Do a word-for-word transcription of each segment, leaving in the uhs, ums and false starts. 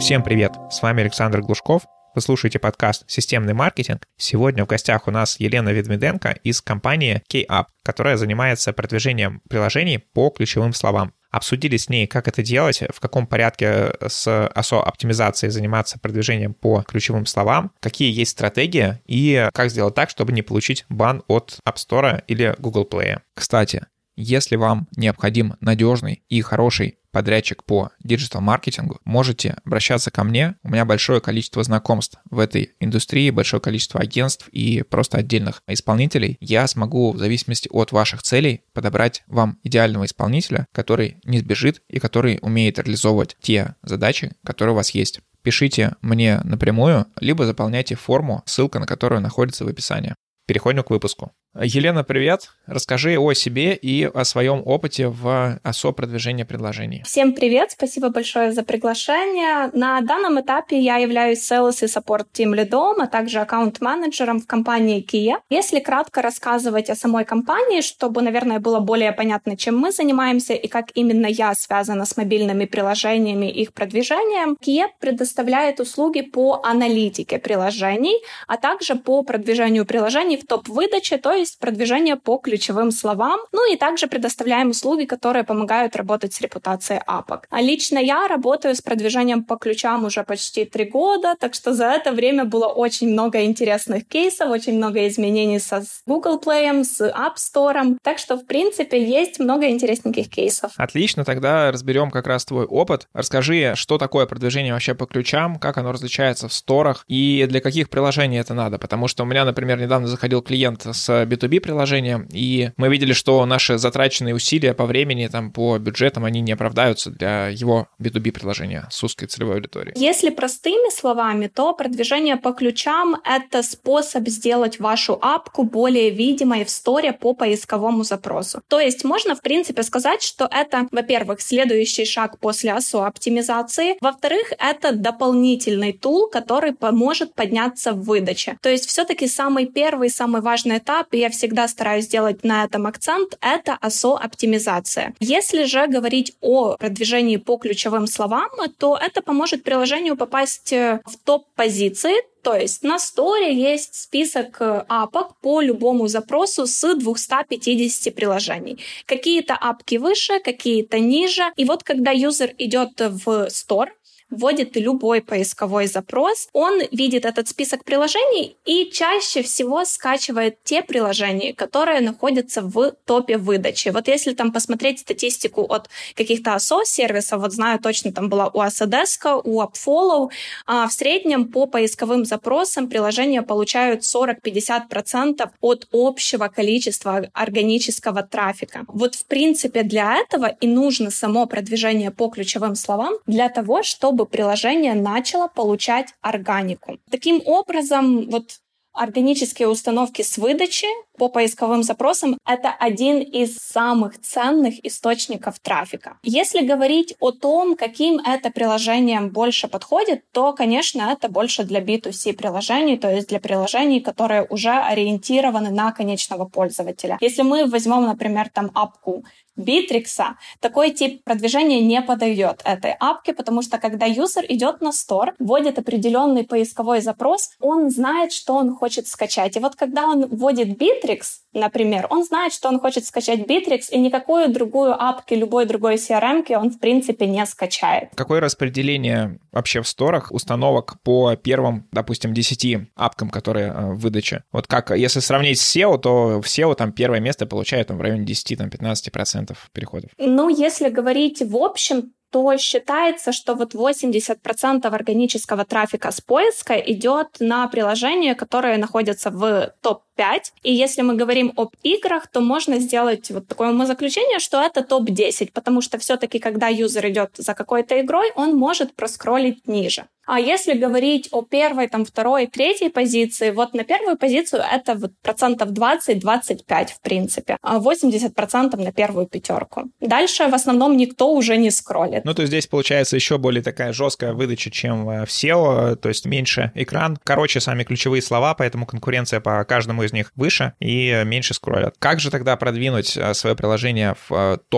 Всем привет, с вами Александр Глушков. Вы слушаете подкаст «Системный маркетинг». Сегодня в гостях у нас Елена Ведмиденко из компании Key-App, которая занимается продвижением приложений по ключевым словам. Обсудили с ней, как это делать, в каком порядке с эй эс о-оптимизацией заниматься продвижением по ключевым словам, какие есть стратегии и как сделать так, чтобы не получить бан от App Store или Google Play. Кстати, если вам необходим надежный и хороший подрядчик по диджитал-маркетингу, можете обращаться ко мне. У меня большое количество знакомств в этой индустрии, большое количество агентств и просто отдельных исполнителей. Я смогу в зависимости от ваших целей подобрать вам идеального исполнителя, который не сбежит и который умеет реализовывать те задачи, которые у вас есть. Пишите мне напрямую, либо заполняйте форму, ссылка на которую находится в описании. Переходим к выпуску. Елена, привет. Расскажи о себе и о своем опыте в эй эс о-продвижении предложений. Всем привет, спасибо большое за приглашение. На данном этапе я являюсь Sales и Support Team лидом, а также аккаунт-менеджером в компании Kia. Если кратко рассказывать о самой компании, чтобы, наверное, было более понятно, чем мы занимаемся и как именно я связана с мобильными приложениями и их продвижением, Kia предоставляет услуги по аналитике приложений, а также по продвижению приложений в топ-выдаче, то есть продвижение по ключевым словам. Ну и также предоставляем услуги, которые помогают работать с репутацией апок. А лично я работаю с продвижением по ключам уже почти три года, так что за это время было очень много интересных кейсов, очень много изменений со Google Play, с App Store. Так что, в принципе, есть много интересненьких кейсов. Отлично, тогда разберем как раз твой опыт. Расскажи, что такое продвижение вообще по ключам, как оно различается в сторах и для каких приложений это надо. Потому что у меня, например, недавно заходил клиент с би ту би приложением, и мы видели, что наши затраченные усилия по времени, там, по бюджетам, они не оправдаются для его би ту би приложения с узкой целевой аудиторией. Если простыми словами, то продвижение по ключам — это способ сделать вашу апку более видимой в сторе по поисковому запросу. То есть можно, в принципе, сказать, что это, во-первых, следующий шаг после эй эс о-оптимизации, во-вторых, это дополнительный тул, который поможет подняться в выдаче. То есть все-таки самый первый, самый важный этап, и я всегда стараюсь сделать на этом акцент, это эй эс о-оптимизация. Если же говорить о продвижении по ключевым словам, то это поможет приложению попасть в топ-позиции. То есть на сторе есть список апок по любому запросу с двухсот пятидесяти приложений. Какие-то апки выше, какие-то ниже. И вот когда юзер идет в стор, вводит любой поисковой запрос, он видит этот список приложений и чаще всего скачивает те приложения, которые находятся в топе выдачи. Вот если там посмотреть статистику от каких-то эй эс о-сервисов, вот знаю точно, там была у Autodesk, у AppFollow, а в среднем по поисковым запросам приложения получают сорок-пятьдесят процентов от общего количества органического трафика. Вот в принципе для этого и нужно само продвижение по ключевым словам, для того, чтобы приложение начало получать органику. Таким образом, вот органические установки с выдачи по поисковым запросам — это один из самых ценных источников трафика. Если говорить о том, каким это приложением больше подходит, то, конечно, это больше для би ту си приложений, то есть для приложений, которые уже ориентированы на конечного пользователя. Если мы возьмем, например, там апку Битрикса, такой тип продвижения не подойдет этой апке, потому что когда юзер идет на стор, вводит определенный поисковой запрос, он знает, что он хочет скачать. И вот когда он вводит Битрикс, например, он знает, что он хочет скачать Bittrex, и никакую другую апку, любой другой си ар эм-ки он, в принципе, не скачает. Какое распределение вообще в сторах установок по первым, допустим, десяти апкам, которые в выдаче? Вот как, если сравнить с сео, то в сео там первое место получает там, в районе десять-пятнадцать процентов переходов. Ну, если говорить в общем, то считается, что вот восемьдесят процентов органического трафика с поиска идет на приложения, которые находятся в топ пять. И если мы говорим об играх, то можно сделать вот такое умозаключение, что это топ десять, потому что все-таки, когда юзер идет за какой-то игрой, он может проскроллить ниже. А если говорить о первой, там, второй, третьей позиции, вот на первую позицию это вот процентов двадцать-двадцать пять, в принципе, а восемьдесят процентов на первую пятерку. Дальше в основном никто уже не скроллит. Ну, то здесь получается еще более такая жесткая выдача, чем в сео, то есть меньше экран, короче, сами ключевые слова, поэтому конкуренция по каждому из них выше и меньше скроллят. Как же тогда продвинуть свое приложение в топ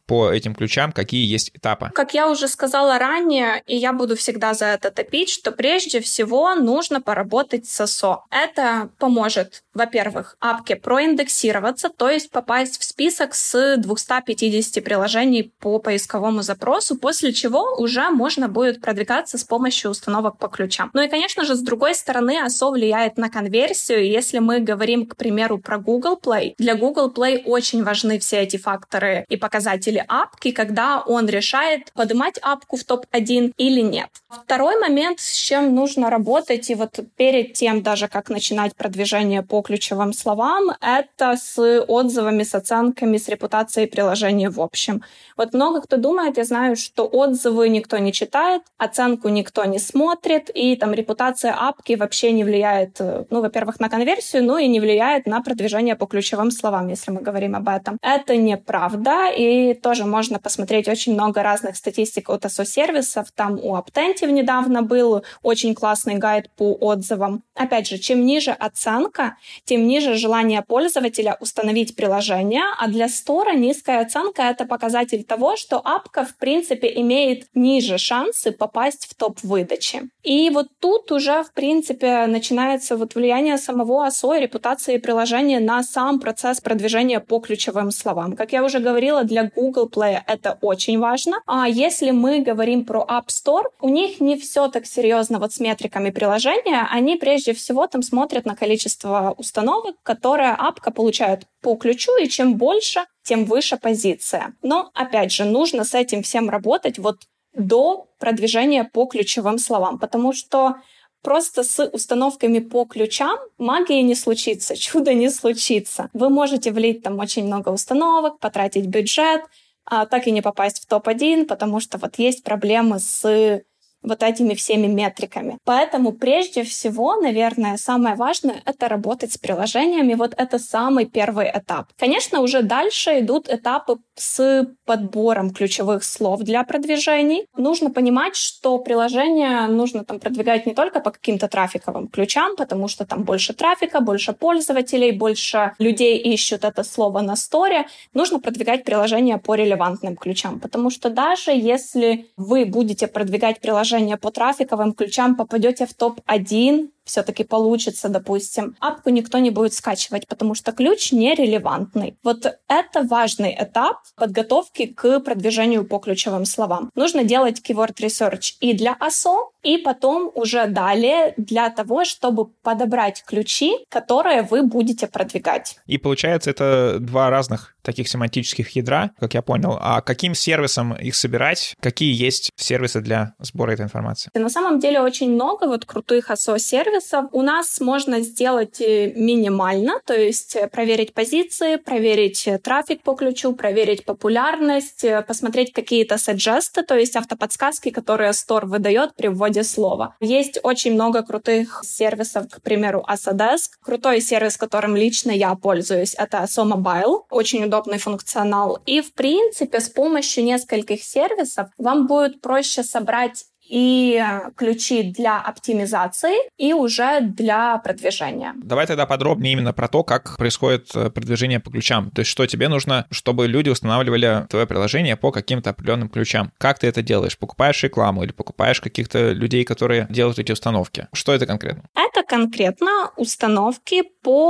по этим ключам, какие есть этапы? Как я уже сказала ранее, и я буду всегда за это топить, что прежде всего нужно поработать с эс о. Это поможет, во-первых, апке проиндексироваться, то есть попасть в список с двумястами пятьюдесятью приложений по поисковому запросу, после чего уже можно будет продвигаться с помощью установок по ключам. Ну и, конечно же, с другой стороны, эс о влияет на конверсию. Если мы говорим, к примеру, про Google Play, для Google Play очень важны все эти факторы и показатели апки, когда он решает, поднимать апку в топ один или нет. Второй момент, с чем нужно работать, и вот перед тем даже, как начинать продвижение по ключевым словам, это с отзывами, с оценками, с репутацией приложения в общем. Вот много кто думает, я знаю, что отзывы никто не читает, оценку никто не смотрит, и там репутация апки вообще не влияет, ну, во-первых, на конверсию, ну и не влияет на продвижение по ключевым словам, если мы говорим об этом. Это неправда, и тоже можно посмотреть очень много разных статистик от эс о-сервисов. Там у Aptentive недавно был очень классный гайд по отзывам. Опять же, чем ниже оценка, тем ниже желание пользователя установить приложение, а для стора низкая оценка — это показатель того, что апка, в принципе, имеет ниже шансы попасть в топ выдачи. И вот тут уже, в принципе, начинается вот влияние самого эс о и репутации приложения на сам процесс продвижения по ключевым словам. Как я уже говорила, для Google Play это очень важно. А если мы говорим про App Store, у них не все так серьезно вот с метриками приложения. Они прежде всего там смотрят на количество установок, которые апка получает по ключу, и чем больше, тем выше позиция. Но, опять же, нужно с этим всем работать вот до продвижения по ключевым словам, потому что просто с установками по ключам магии не случится, чудо не случится. Вы можете влить там очень много установок, потратить бюджет, а так и не попасть в топ один, потому что вот есть проблемы с вот этими всеми метриками. Поэтому прежде всего, наверное, самое важное — это работать с приложениями. Вот это самый первый этап. Конечно, уже дальше идут этапы с подбором ключевых слов для продвижений. Нужно понимать, что приложение нужно там продвигать не только по каким-то трафиковым ключам, потому что там больше трафика, больше пользователей, больше людей ищут это слово на сторе. Нужно продвигать приложение по релевантным ключам, потому что даже если вы будете продвигать приложение по трафиковым ключам, попадете в топ один, все-таки получится, допустим, апку никто не будет скачивать, потому что ключ нерелевантный. Вот это важный этап подготовки к продвижению по ключевым словам. Нужно делать keyword research и для эс о, и потом уже далее для того, чтобы подобрать ключи, которые вы будете продвигать. И получается, это два разных таких семантических ядра, как я понял. А каким сервисом их собирать? Какие есть сервисы для сбора этой информации? На самом деле очень много вот крутых эс о-сервисов. У нас можно сделать минимально, то есть проверить позиции, проверить трафик по ключу, проверить популярность, посмотреть какие-то саджесты, то есть автоподсказки, которые Store выдает при вводе слова. Есть очень много крутых сервисов, к примеру, эс о Desk. Крутой сервис, которым лично я пользуюсь, это эс о Mobile. Очень удобный функционал. И, в принципе, с помощью нескольких сервисов вам будет проще собрать и ключи для оптимизации, и уже для продвижения. Давай тогда подробнее именно про то, как происходит продвижение по ключам. То есть что тебе нужно, чтобы люди устанавливали твое приложение по каким-то определенным ключам. Как ты это делаешь? Покупаешь рекламу или покупаешь каких-то людей, которые делают эти установки? Что это конкретно? Это конкретно установки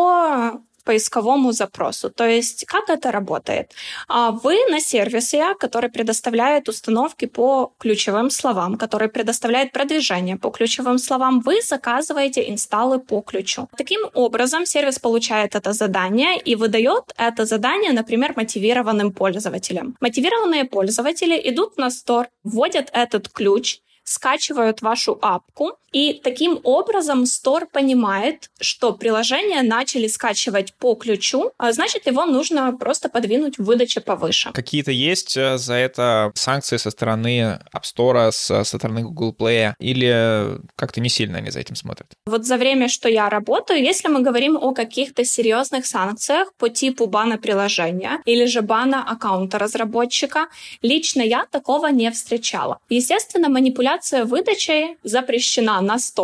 по поисковому запросу. То есть как это работает? Вы на сервисе, который предоставляет установки по ключевым словам, который предоставляет продвижение по ключевым словам, вы заказываете инсталлы по ключу. Таким образом, сервис получает это задание и выдает это задание, например, мотивированным пользователям. Мотивированные пользователи идут на Store, вводят этот ключ, скачивают вашу апку, и таким образом Store понимает, что приложение начали скачивать по ключу, а значит, его нужно просто подвинуть в выдаче повыше. Какие-то есть за это санкции со стороны App Store, со стороны Google Play, или как-то не сильно они за этим смотрят? Вот за время, что я работаю, если мы говорим о каких-то серьезных санкциях по типу бана приложения или же бана аккаунта разработчика, лично я такого не встречала. Естественно, манипуляция выдачей запрещена на сторах,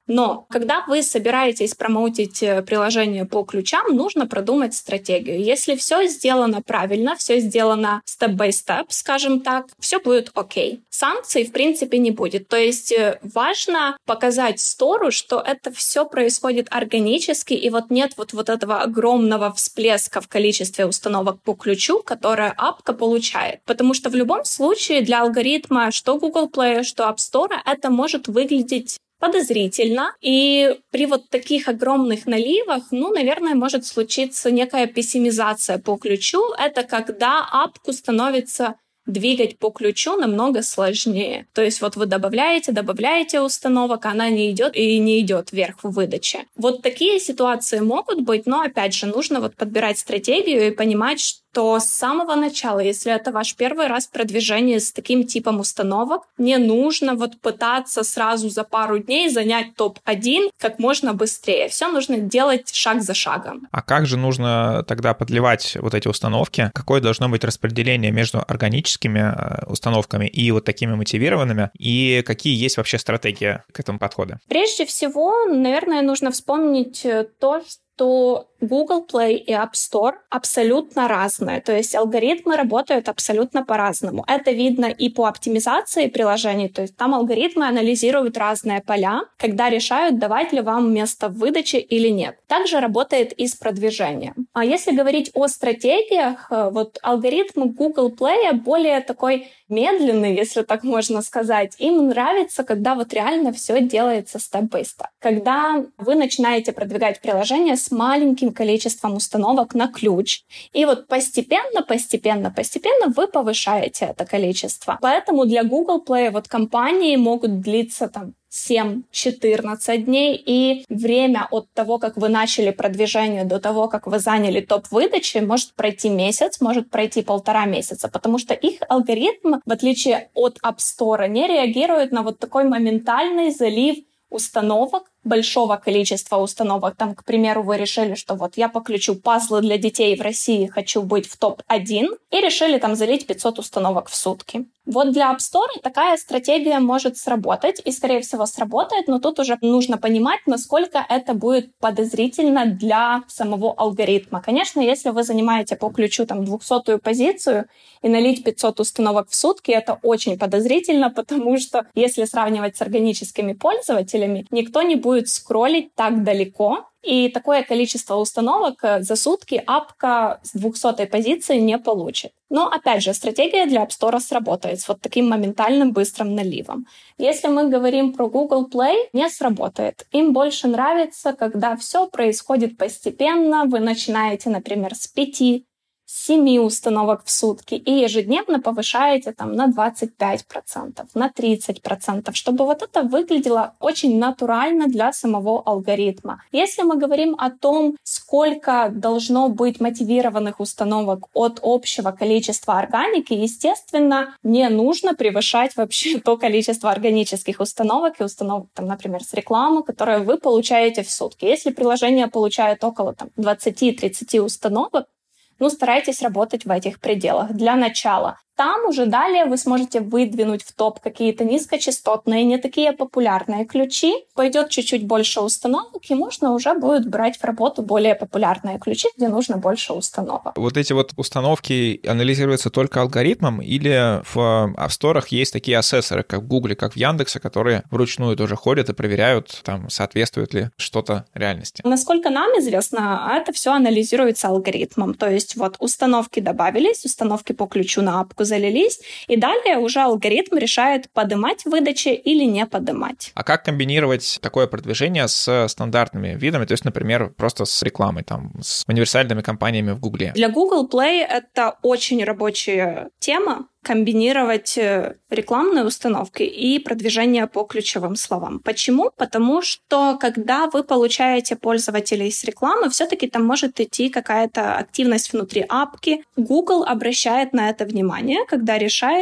Но когда вы собираетесь промоутить приложение по ключам, нужно продумать стратегию. Если все сделано правильно, все сделано степ-бай-степ, скажем так, все будет окей. Санкций, в принципе, не будет. То есть важно показать стору, что это все происходит органически, и вот нет вот, вот этого огромного всплеска в количестве установок по ключу, которое апка получает. Потому что в любом случае для алгоритма что Google Play, что App Store это может выглядеть подозрительно, и при вот таких огромных наливах, ну, наверное, может случиться некая пессимизация по ключу. Это когда апку становится двигать по ключу намного сложнее. То есть вот вы добавляете, добавляете установок, она не идет и не идет вверх в выдаче. Вот такие ситуации могут быть, но, опять же, нужно вот подбирать стратегию и понимать, что с самого начала, если это ваш первый раз продвижение с таким типом установок, не нужно вот пытаться сразу за пару дней занять топ один как можно быстрее. Все нужно делать шаг за шагом. А как же нужно тогда подливать вот эти установки? Какое должно быть распределение между органическими установками и вот такими мотивированными? И какие есть вообще стратегии к этому подходу? Прежде всего, наверное, нужно вспомнить то, что Google Play и App Store абсолютно разные. То есть алгоритмы работают абсолютно по-разному. Это видно и по оптимизации приложений. То есть там алгоритмы анализируют разные поля, когда решают, давать ли вам место в выдаче или нет. Также работает и с продвижением. А если говорить о стратегиях, вот алгоритм Google Play более такой медленный, если так можно сказать. Им нравится, когда вот реально все делается степ-бай-степ. Когда вы начинаете продвигать приложение с маленьким количеством установок на ключ. И вот постепенно, постепенно, постепенно вы повышаете это количество. Поэтому для Google Play вот кампании могут длиться там семь-четырнадцать дней, и время от того, как вы начали продвижение, до того, как вы заняли топ выдачи, может пройти месяц, может пройти полтора месяца, потому что их алгоритм, в отличие от App Store, не реагирует на вот такой моментальный залив установок, большого количества установок. Там, к примеру, вы решили, что вот я по ключу пазлы для детей в России хочу быть в топ один, и решили там залить пятьсот установок в сутки. Вот для App Store такая стратегия может сработать, и, скорее всего, сработает, но тут уже нужно понимать, насколько это будет подозрительно для самого алгоритма. Конечно, если вы занимаете по ключу там двухсотую позицию, и налить пятьсот установок в сутки, это очень подозрительно, потому что если сравнивать с органическими пользователями, никто не будет скроллить так далеко, и такое количество установок за сутки апка с двухсотой позиции не получит. Но, опять же, стратегия для App Store сработает с вот таким моментальным быстрым наливом. Если мы говорим про Google Play, не сработает. Им больше нравится, когда все происходит постепенно. Вы начинаете, например, с пяти, семи установок в сутки и ежедневно повышаете там на двадцать пять процентов, на тридцать процентов, чтобы вот это выглядело очень натурально для самого алгоритма. Если мы говорим о том, сколько должно быть мотивированных установок от общего количества органики, естественно, не нужно превышать вообще то количество органических установок и установок, там, например, с рекламы, которые вы получаете в сутки. Если приложение получает около там, двадцать-тридцать установок, ну, старайтесь работать в этих пределах для начала. Там уже далее вы сможете выдвинуть в топ какие-то низкочастотные, не такие популярные ключи. Пойдет чуть-чуть больше установок, и можно уже будет брать в работу более популярные ключи, где нужно больше установок. Вот эти вот установки анализируются только алгоритмом, или в App Store есть такие ассессоры, как в Google, как в Яндексе, которые вручную тоже ходят и проверяют, там, соответствует ли что-то реальности? Насколько нам известно, это все анализируется алгоритмом. То есть вот установки добавились, установки по ключу на апку залились, и далее уже алгоритм решает, подымать выдачи или не подымать. А как комбинировать такое продвижение с стандартными видами, то есть, например, просто с рекламой, там, с универсальными кампаниями в Гугле? Для Google Play это очень рабочая тема, комбинировать рекламные установки и продвижение по ключевым словам. Почему? Потому что, когда вы получаете пользователей с рекламы, все-таки там может идти какая-то активность внутри апки. Google обращает на это внимание, когда решает,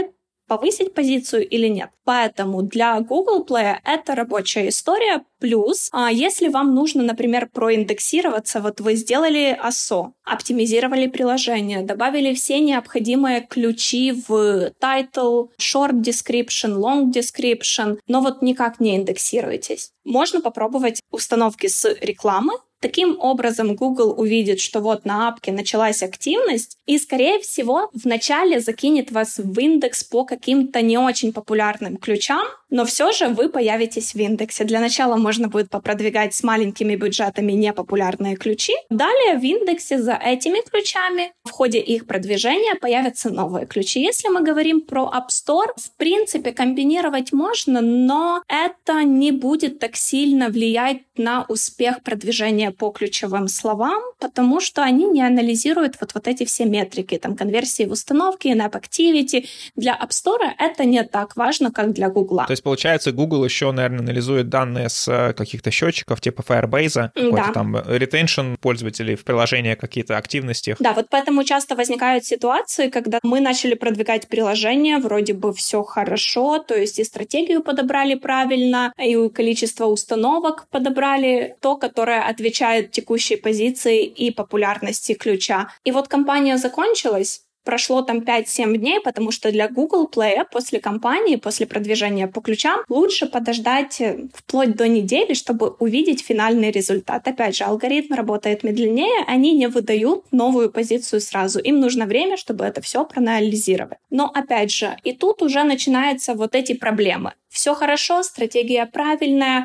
повысить позицию или нет. Поэтому для Google Play это рабочая история. Плюс, если вам нужно, например, проиндексироваться, вот вы сделали эй эс о, оптимизировали приложение, добавили все необходимые ключи в title, short description, long description, но вот никак не индексируетесь. Можно попробовать установки с рекламы. Таким образом, Google увидит, что вот на апке началась активность, и, скорее всего, вначале закинет вас в индекс по каким-то не очень популярным ключам, но все же вы появитесь в индексе. Для начала можно будет попродвигать с маленькими бюджетами непопулярные ключи. Далее в индексе за этими ключами в ходе их продвижения появятся новые ключи. Если мы говорим про App Store, в принципе, комбинировать можно, но это не будет так сильно влиять на успех продвижения по ключевым словам, потому что они не анализируют вот, вот эти все метрики, там, конверсии в установке, in-app activity. Для App Store это не так важно, как для Google. То есть, получается, Google еще, наверное, анализует данные с каких-то счетчиков, типа Firebase, какой-то там retention пользователей в приложении, какие-то активности. Да, вот поэтому часто возникают ситуации, когда мы начали продвигать приложение, вроде бы все хорошо, то есть и стратегию подобрали правильно, и количество установок подобрали то, которое отвечает текущей позиции и популярности ключа. И вот кампания закончилась, прошло там пять-семь дней, потому что для Google Play после кампании, после продвижения по ключам, лучше подождать вплоть до недели, чтобы увидеть финальный результат. Опять же, алгоритм работает медленнее, они не выдают новую позицию сразу. Им нужно время, чтобы это все проанализировать. Но опять же, и тут уже начинаются вот эти проблемы. Все хорошо, стратегия правильная,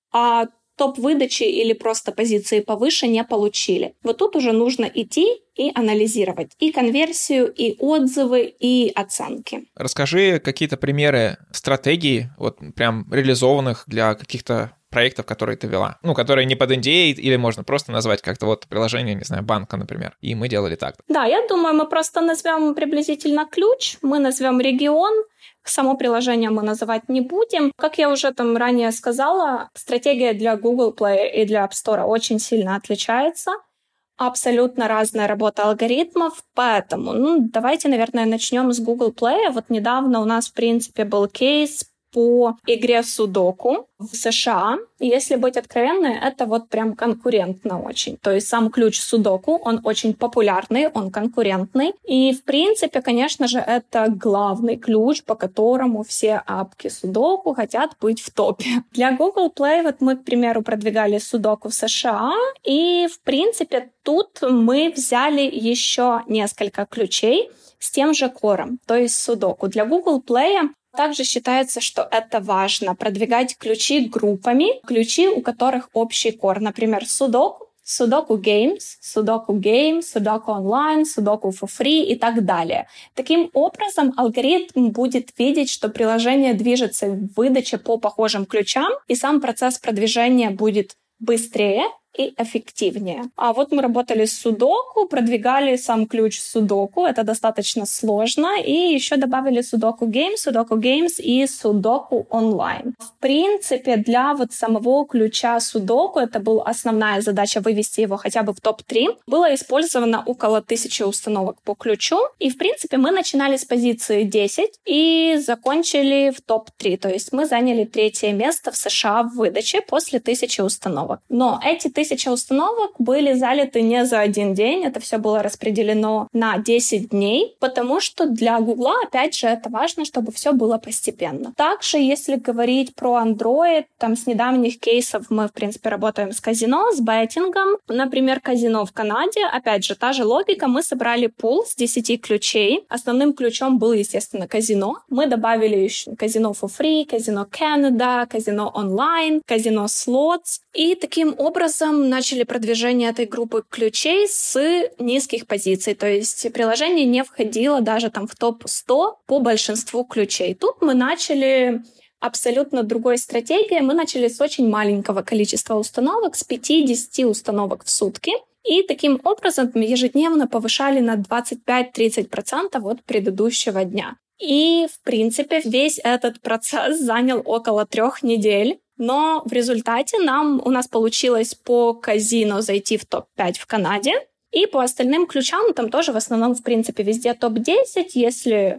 а топ выдачи или просто позиции повыше не получили. Вот тут уже нужно идти и анализировать и конверсию, и отзывы, и оценки. Расскажи какие-то примеры стратегий, вот прям реализованных для каких-то проектов, которые ты вела. Ну, которые не под эн ди эй, или можно просто назвать как-то вот приложение, не знаю, банка, например. И мы делали так. Да, я думаю, мы просто назовем приблизительно ключ, мы назовем регион, само приложение мы называть не будем. Как я уже там ранее сказала, стратегия для Google Play и для App Store очень сильно отличается. Абсолютно разная работа алгоритмов, поэтому ну, давайте, наверное, начнем с Google Play. Вот недавно у нас, в принципе, был кейс по игре Судоку в США. И если быть откровенной, это вот прям конкурентно очень. То есть сам ключ Судоку, он очень популярный, он конкурентный. И, в принципе, конечно же, это главный ключ, по которому все апки Судоку хотят быть в топе. Для Google Play вот мы, к примеру, продвигали Судоку в США. И, в принципе, тут мы взяли еще несколько ключей с тем же кором, то есть Судоку. Для Google Play также считается, что это важно продвигать ключи группами, ключи, у которых общий кор. Например, Судоку, Судоку Games, Судоку Games, Судоку Online, Судоку for Free и так далее. Таким образом, алгоритм будет видеть, что приложение движется в выдаче по похожим ключам, и сам процесс продвижения будет быстрее и эффективнее. А вот мы работали с Судоку, продвигали сам ключ Судоку, это достаточно сложно, и еще добавили Судоку Games, Судоку Games и Судоку Online. В принципе, для вот самого ключа Судоку, это была основная задача вывести его хотя бы в топ три, было использовано около тысячи установок по ключу, и в принципе мы начинали с позиции десять и закончили в топ три, то есть мы заняли третье место в США в выдаче после тысячи установок. Но эти тысячи Тысяча установок были залиты не за один день, это все было распределено на десять дней, потому что для Гугла, опять же, это важно, чтобы все было постепенно. Также, если говорить про Android, там с недавних кейсов мы, в принципе, работаем с казино, с беттингом. Например, казино в Канаде, опять же, та же логика, мы собрали пул с десяти ключей. Основным ключом было, естественно, казино. Мы добавили еще казино for free, казино Canada, казино онлайн, казино slots. И таким образом начали продвижение этой группы ключей с низких позиций. То есть приложение не входило даже там в топ сто по большинству ключей. Тут мы начали абсолютно другой стратегией. Мы начали с очень маленького количества установок, с пяти-десяти установок в сутки. И таким образом ежедневно повышали на двадцать пять-тридцать процентов от предыдущего дня. И, в принципе, весь этот процесс занял около трех недель. Но в результате нам, у нас получилось по казино зайти в топ пять в Канаде, и по остальным ключам там тоже в основном, в принципе, везде топ десять, если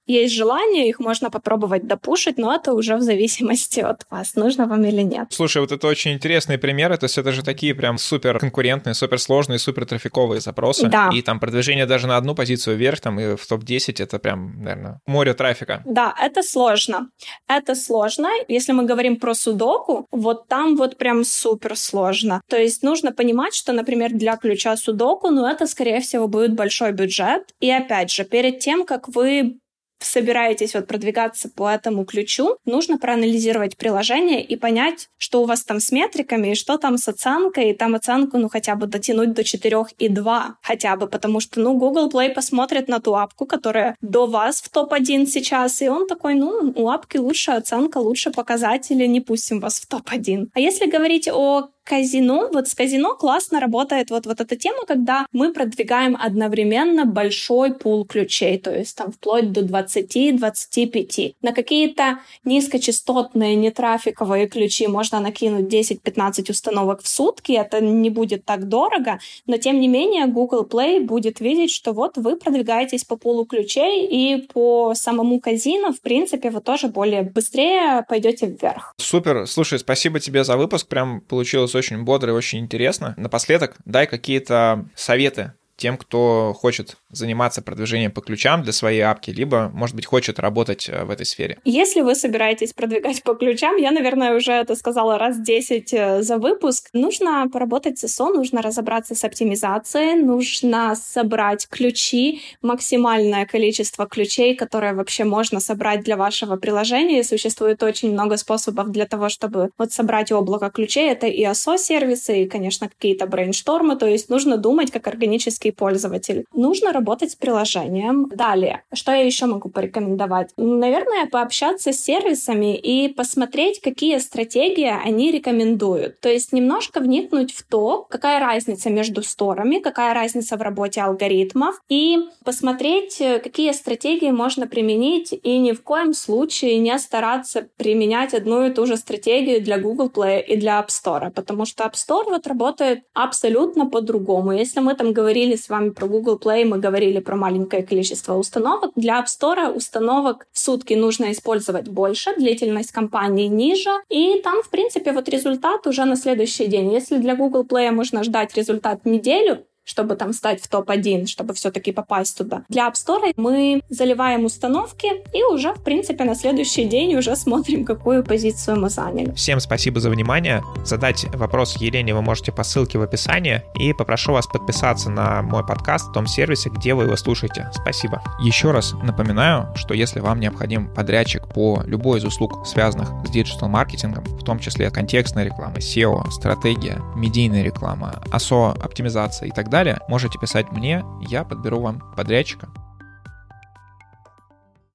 есть желание, их можно попробовать допушить, но это уже в зависимости от вас, нужно вам или нет. Слушай, вот это очень интересные примеры, то есть это же такие прям супер конкурентные, супер сложные, супер трафиковые запросы. Да. И там продвижение даже на одну позицию вверх, там и в топ десять, это прям, наверное, море трафика. Да, это сложно. Это сложно. Если мы говорим про судоку, вот там вот прям супер сложно. То есть нужно понимать, что, например, для ключа судоку, ну, это, скорее всего, будет большой бюджет. И опять же, перед тем, как вы собираетесь вот продвигаться по этому ключу, нужно проанализировать приложение и понять, что у вас там с метриками, и что там с оценкой, и там оценку, ну, хотя бы дотянуть до четыре и два хотя бы, потому что, ну, Google Play посмотрит на ту апку, которая до вас в топ один сейчас, и он такой, ну, у апки лучше оценка, лучше показатели, не пустим вас в топ один. А если говорить о казино, вот с казино классно работает вот, вот эта тема, когда мы продвигаем одновременно большой пул ключей, то есть там вплоть до двадцать-двадцать пять. На какие-то низкочастотные, нетрафиковые ключи можно накинуть десять-пятнадцать установок в сутки, это не будет так дорого, но тем не менее Google Play будет видеть, что вот вы продвигаетесь по пулу ключей, и по самому казино, в принципе, вы тоже более быстрее пойдете вверх. Супер, слушай, спасибо тебе за выпуск, прям получилось очень бодро и очень интересно. Напоследок, дай какие-то советы тем, кто хочет заниматься продвижением по ключам для своей апки, либо, может быть, хочет работать в этой сфере. Если вы собираетесь продвигать по ключам, я, наверное, уже это сказала раз десять за выпуск, нужно поработать с эс о, нужно разобраться с оптимизацией, нужно собрать ключи, максимальное количество ключей, которое вообще можно собрать для вашего приложения. Существует очень много способов для того, чтобы вот собрать облако ключей. Это и эс о-сервисы, и, конечно, какие-то брейнштормы, то есть нужно думать как органический пользователь. Нужно работать с приложением. Далее, что я еще могу порекомендовать? Наверное, пообщаться с сервисами и посмотреть, какие стратегии они рекомендуют. То есть немножко вникнуть в то, какая разница между сторами, какая разница в работе алгоритмов, и посмотреть, какие стратегии можно применить, и ни в коем случае не стараться применять одну и ту же стратегию для Google Play и для App Store, потому что App Store вот работает абсолютно по-другому. Если мы там говорили с вами про Google Play, мы говорили про маленькое количество установок. Для App Store установок в сутки нужно использовать больше, длительность кампании ниже, и там, в принципе, вот результат уже на следующий день. Если для Google Play можно ждать результат неделю, чтобы там стать в топ один, чтобы все-таки попасть туда. Для App Store мы заливаем установки и уже, в принципе, на следующий день уже смотрим, какую позицию мы заняли. Всем спасибо за внимание. Задать вопрос Елене вы можете по ссылке в описании, и попрошу вас подписаться на мой подкаст в том сервисе, где вы его слушаете. Спасибо. Еще раз напоминаю, что если вам необходим подрядчик по любой из услуг, связанных с диджитал-маркетингом, в том числе контекстная реклама, сео, стратегия, медийная реклама, эй эс о, оптимизация и так далее, можете писать мне, я подберу вам подрядчика.